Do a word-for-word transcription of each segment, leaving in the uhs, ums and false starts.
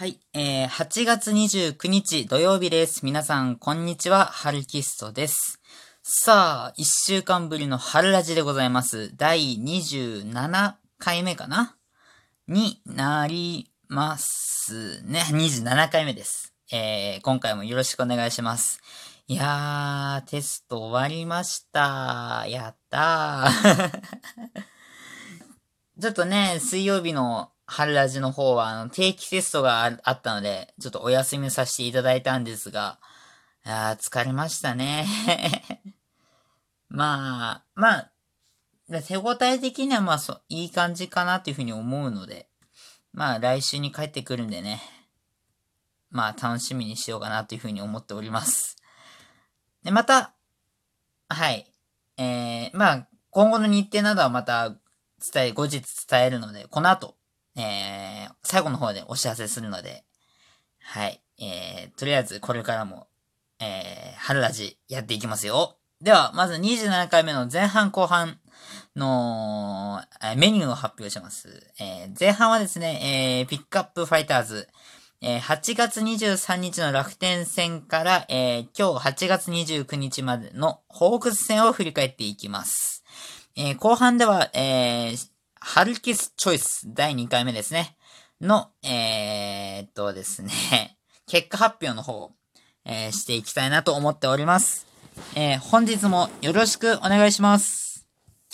はい、えー、はちがつにじゅうくにち土曜日です。皆さん、こんにちは、ハルキストです。さあ、いっしゅうかんぶりの春ラジでございます。だいにじゅうななかいめかなになりますね。にじゅうななかいめです。えー、今回もよろしくお願いします。いやー、テスト終わりました。やったー。ちょっとね、水曜日の春ラジの方は、あの、定期テストがああったので、ちょっとお休みさせていただいたんですが、あー疲れましたね。まあ、まあ、手応え的にはまあそ、いい感じかなというふうに思うので、まあ来週に帰ってくるんでね、まあ楽しみにしようかなというふうに思っております。で、また、はい。えー、まあ、今後の日程などはまた伝え、後日伝えるので、この後、えー、最後の方でお知らせするので、はい。えー、とりあえずこれからも、えー、春ラジやっていきますよ。では、まずにじゅうななかいめの前半後半の、えーメニューを発表します。えー、前半はですね、えー、ピックアップファイターズ、えー、はちがつにじゅうさんにちの楽天戦から、えー、今日はちがつにじゅうくにちまでのホークス戦を振り返っていきます。えー、後半では、えー、ハルキスチョイスだいにかいめですね。の、えー、っとですね、結果発表の方、えー、していきたいなと思っております。えー、本日もよろしくお願いします。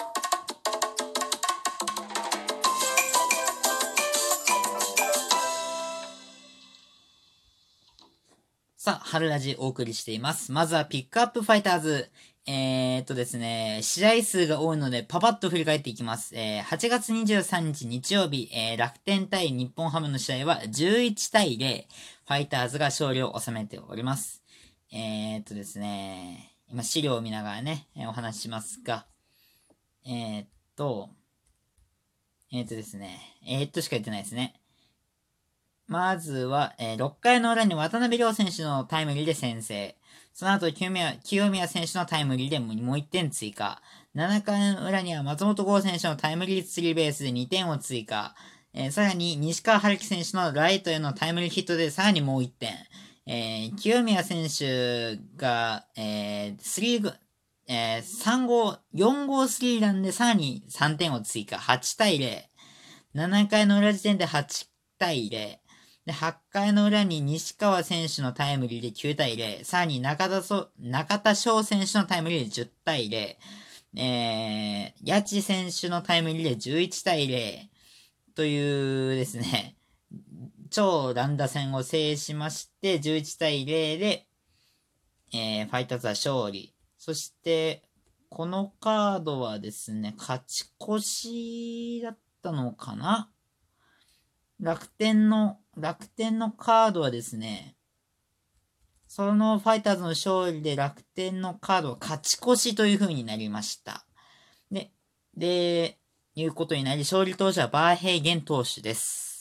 さあ、春ラジお送りしています。まずはピックアップファイターズ。えー、っとですね、試合数が多いのでパパッと振り返っていきます。えー、はちがつにじゅうさんにち日曜日、えー、楽天対日本ハムの試合はじゅういちたいゼロ、ファイターズが勝利を収めております。えー、っとですね、今資料を見ながらね、えーお話ししますが、えー、っと、えー、っとですね、えー、っとしか言ってないですね。まずは、えーろっかいの裏に渡辺亮選手のタイムリーで先制。その後、清宮、清宮選手のタイムリーでもういってん追加。ななかいの裏には松本剛選手のタイムリースリーベースでにてんを追加。えーさらに、西川春樹選手のライトへのタイムリーヒットでさらにもういってん。えー清宮選手が、えー、スリーえー、さん号、よん号スリーランでさらにさんてんを追加。はちたいゼロ。ななかいの裏時点ではちたいゼロ。で、はちかいの裏に西川選手のタイムリーできゅうたいゼロ。さらに中田そ、中田翔選手のタイムリーでじゅうたいゼロ。えー、八千選手のタイムリーでじゅういちたいゼロ。というですね、超乱打戦を制しまして、じゅういちたいゼロで、えー、ファイターズは勝利。そして、このカードはですね、勝ち越しだったのかな楽天の、楽天のカードはですね、そのファイターズの勝利で楽天のカードは勝ち越しという風になりました。で、で、いうことになり、勝利投手はバーヘイゲン投手です。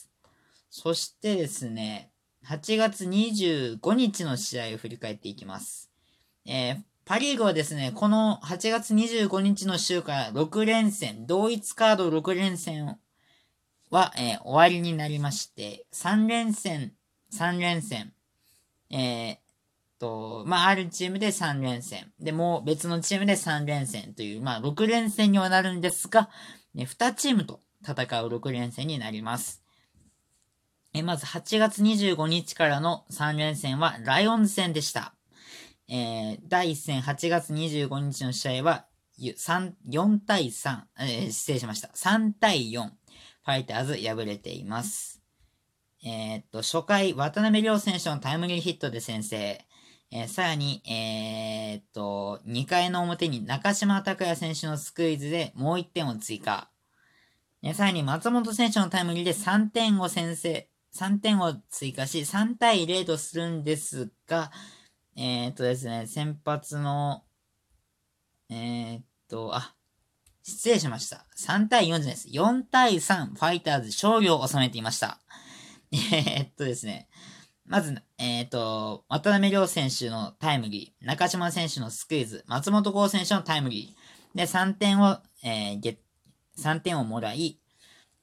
そしてですね、はちがつにじゅうごにちの試合を振り返っていきます。えー、パリーグはですね、このはちがつにじゅうごにちの週からろくれんせん、同一カードろくれんせんは、えー、終わりになりまして、さんれんせん、さんれんせん、えー、と、まあ、あるチームでさんれんせん。で、もう別のチームでさんれんせんという、まあ、ろくれんせんにはなるんですが、ね、にチームと戦うろくれんせんになります。え、まずはちがつにじゅうごにちからのさんれんせんはライオンズ戦でした。えー、だいいっせんはちがつにじゅうごにちの試合はさん、よんたいさん、えー、失礼しました。さんたいよん。ファイターズ敗れています。えー、っと、初回、渡辺亮選手のタイムリーヒットで先制。えー、さらに、えー、っと、にかいの表に中島拓也選手のスクイズでもういってんを追加。えー、さらに松本選手のタイムリーでさんてんを先制、さんてんを追加し、さんたいゼロとするんですが、えー、っとですね、先発の、えー、っと、あ、失礼しました。さんたいよんじゃないです。よんたいさん、ファイターズ勝利を収めていました。えー、っとですね、まず、えっ、ー、と、渡辺亮選手のタイムリー、中島選手のスクイズ、松本剛選手のタイムリー。で、さんてんを、えー、ゲさんてんをもらい、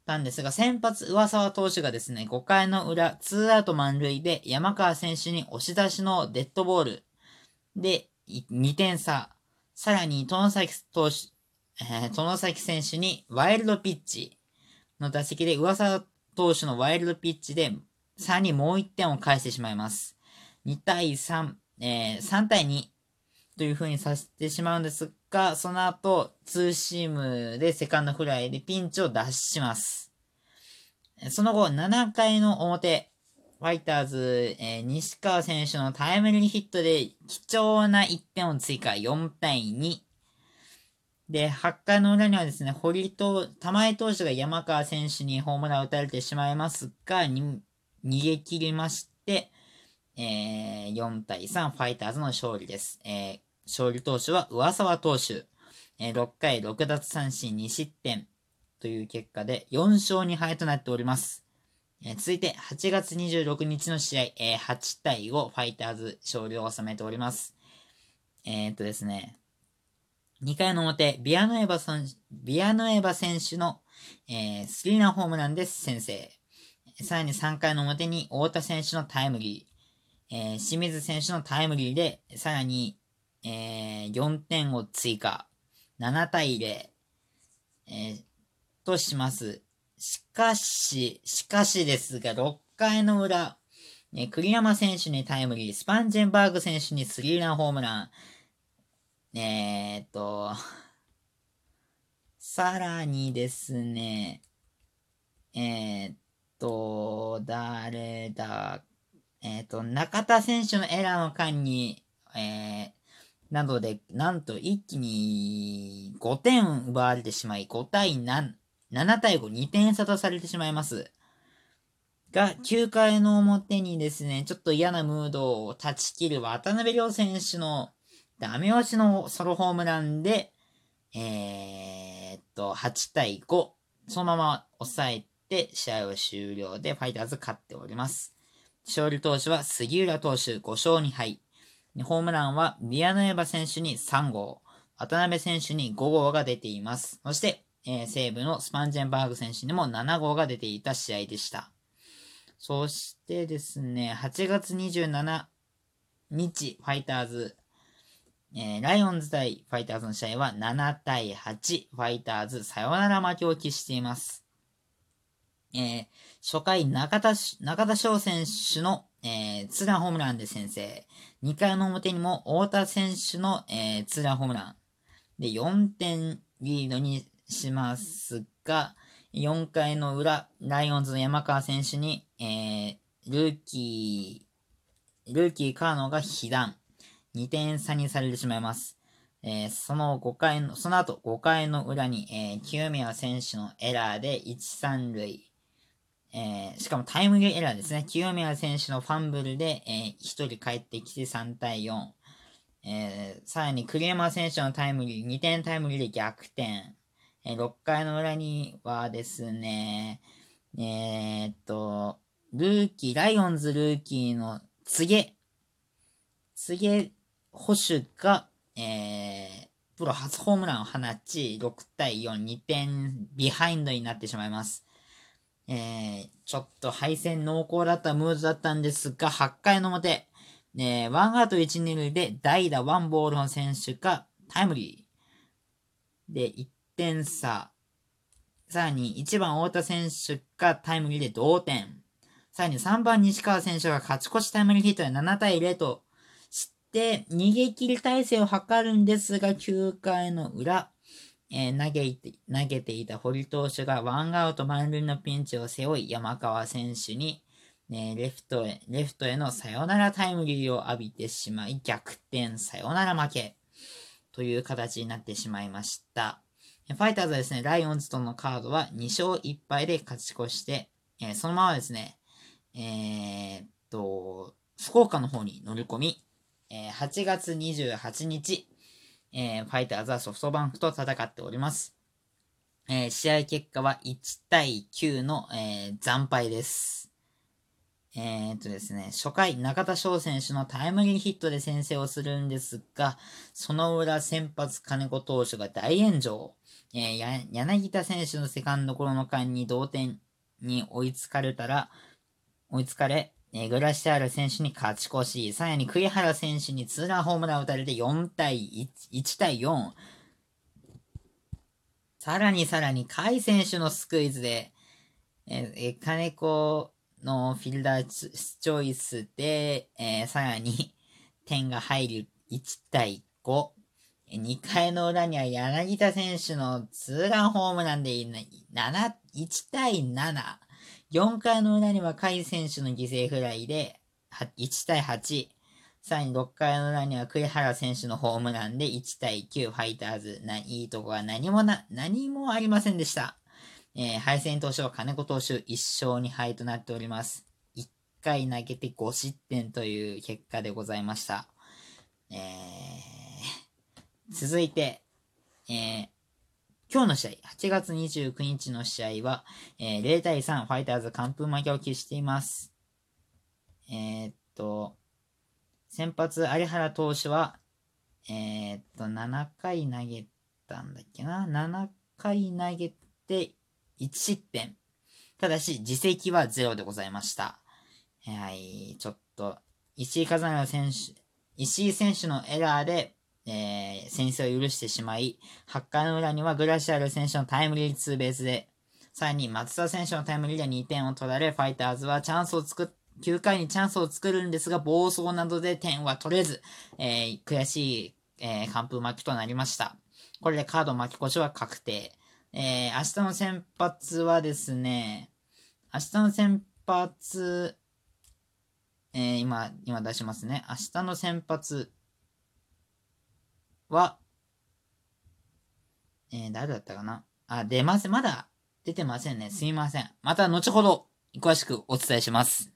たんですが、先発上沢投手がですね、ごかいの裏、ツーアウト満塁で山川選手に押し出しのデッドボールでにてん差。さらに、殿崎投手、えー、殿崎選手にワイルドピッチの打席で上沢投手のワイルドピッチでさらにもういってんを返してしまいます。にたいさん、えー、さんたいにという風にさせてしまうんですが、その後、ツーシームでセカンドフライでピンチを脱します。その後、ななかいの表、ファイターズ、えー、西川選手のタイムリーヒットで貴重ないってんを追加、よんたいに。で、はちかいの裏にはですね、堀と玉井投手が山川選手にホームランを打たれてしまいますが、に逃げ切りまして、えー、よんたいさん、ファイターズの勝利です。えー、勝利投手は上沢投手。えー、ろっかいろく奪三振に失点という結果でよんしょうにはいとなっております。えー、続いてはちがつにじゅうろくにちの試合、えー、はちたいご、ファイターズ勝利を収めております。えー、っとですね、にかいの表、ビアノエバさん、ビアノエバ選手の、えー、スリーランホームランで先制。さらにさんかいの表に太田選手のタイムリー、えー、清水選手のタイムリーで、さらに、えー、よんてんを追加。ななたいゼロ、えー、とします。しかし、しかしですが、ろっかいの裏、えー、栗山選手にタイムリー、スパンジェンバーグ選手にスリーランホームラン、えー、っと、さらにですね、えー、っと、誰だ、えー、っと、中田選手のエラーの間に、えー、なので、なんと一気にごてん奪われてしまい、ごたいなな、ななたいご、にてん差とされてしまいます。が、きゅうかいの表にですね、ちょっと嫌なムードを断ち切る渡辺亮選手のダメ押しのソロホームランで、えー、っと、はちたいご、そのまま抑えて試合は終了で、ファイターズ勝っております。勝利投手は杉浦投手ごしょうにはい。ホームランはビアノエバ選手にさんごう、渡辺選手にごごうが出ています。そして、えー、西武のスパンジェンバーグ選手にもななごうが出ていた試合でした。そしてですね、はちがつにじゅうしちにち、ファイターズ、えー、ライオンズ対ファイターズの試合はななたいはち、ファイターズサヨナラ負けを喫しています。えー、初回中田、中田翔選手の、えー、ツーランホームランで先制。にかいの表にも太田選手の、えー、ツーランホームラン。で、よんてんリードにしますが、よんかいの裏、ライオンズの山川選手に、えー、ルーキー、ルーキーカーノが被弾。にてん差にされてしまいます。えー、そのごかいの、その後ごかいの裏に、えー、清宮選手のエラーでいち、さんるい。えー、しかもタイムリーエラーですね。清宮選手のファンブルで、えー、ひとり帰ってきてさんたいよん。えー、さらに栗山選手のタイムリー、にてんタイムリーで逆転。えー、ろっかいの裏にはですね、えー、っと、ルーキー、ライオンズルーキーの次、次、保守が、えー、プロ初ホームランを放ち、ろくたいよん、にてんビハインドになってしまいます。えー、ちょっと敗戦濃厚だったムードだったんですが、はちかいの表、えー、ワンアウトいち、にるいで代打ワンボールの選手がタイムリー。で、いってん差。さらにいちばん太田選手がタイムリーで同点。さらにさんばん西川選手が勝ち越しタイムリーヒットでななたいゼロとして、逃げ切り体制を図るんですが、きゅうかいの裏、えー、投げて、投げていた堀投手がワンアウト満塁のピンチを背負い、山川選手に、ね、レフトへ、レフトへのサヨナラタイムリーを浴びてしまい、逆転サヨナラ負けという形になってしまいました。ファイターズはですね、ライオンズとのカードはにしょういっぱいで勝ち越して、えー、そのままですね、えー、っと、福岡の方に乗り込み、えー、はちがつにじゅうはちにち、えー、ファイターズはソフトバンクと戦っております。えー、試合結果はいちたいきゅうの、えー、惨敗です。 えー、っとですね、初回、中田翔選手のタイムリーヒットで先制をするんですが、その裏、先発金子投手が大炎上。えー、や柳田選手のセカンドゴロの間に同点に追いつかれたら、追いつかれ、えー、グラシアル選手に勝ち越し、さらに栗原選手にツーランホームランを打たれてよん対いち、いち対よん。さらにさらに、甲斐選手のスクイズで、えー、金子のフィルダーチョイスで、えー、さらに点が入るいち対ご。にかいの裏には柳田選手のツーランホームランでいち対なな。よんかいの裏には甲斐選手の犠牲フライでいち対はち。さらにろっかいの裏には栗原選手のホームランでいち対きゅう。ファイターズ、いいとこは何もな、何もありませんでした。えー、敗戦投手は金子投手いっ勝に敗となっております。いっかい投げてご失点という結果でございました。えー、続いて、えー、今日の試合、はちがつにじゅうくにちの試合は、えー、ゼロ対さん、ファイターズ完封負けを喫しています。えー、っと、先発有原投手は、えー、っと、ななかい投げたんだっけな ?なな 回投げていち失点。ただし、自責はゼロでございました。はい、ちょっと、石井和也選手、石井選手のエラーで、えー、先制を許してしまい、はちかいの裏にはグラシアル選手のタイムリーツーベースで、さらに松田選手のタイムリーでにてんを取られ、ファイターズはチャンスを作っ、きゅうかいにチャンスを作るんですが、暴走などで点は取れず、えー、悔しい、えー、完封負けとなりました。これでカード巻き越しは確定。えー、明日の先発はですね、明日の先発、えー、今、今出しますね。明日の先発は、えー、誰だったかなあ、出ません。まだ出てませんね。すみません。また後ほど詳しくお伝えします。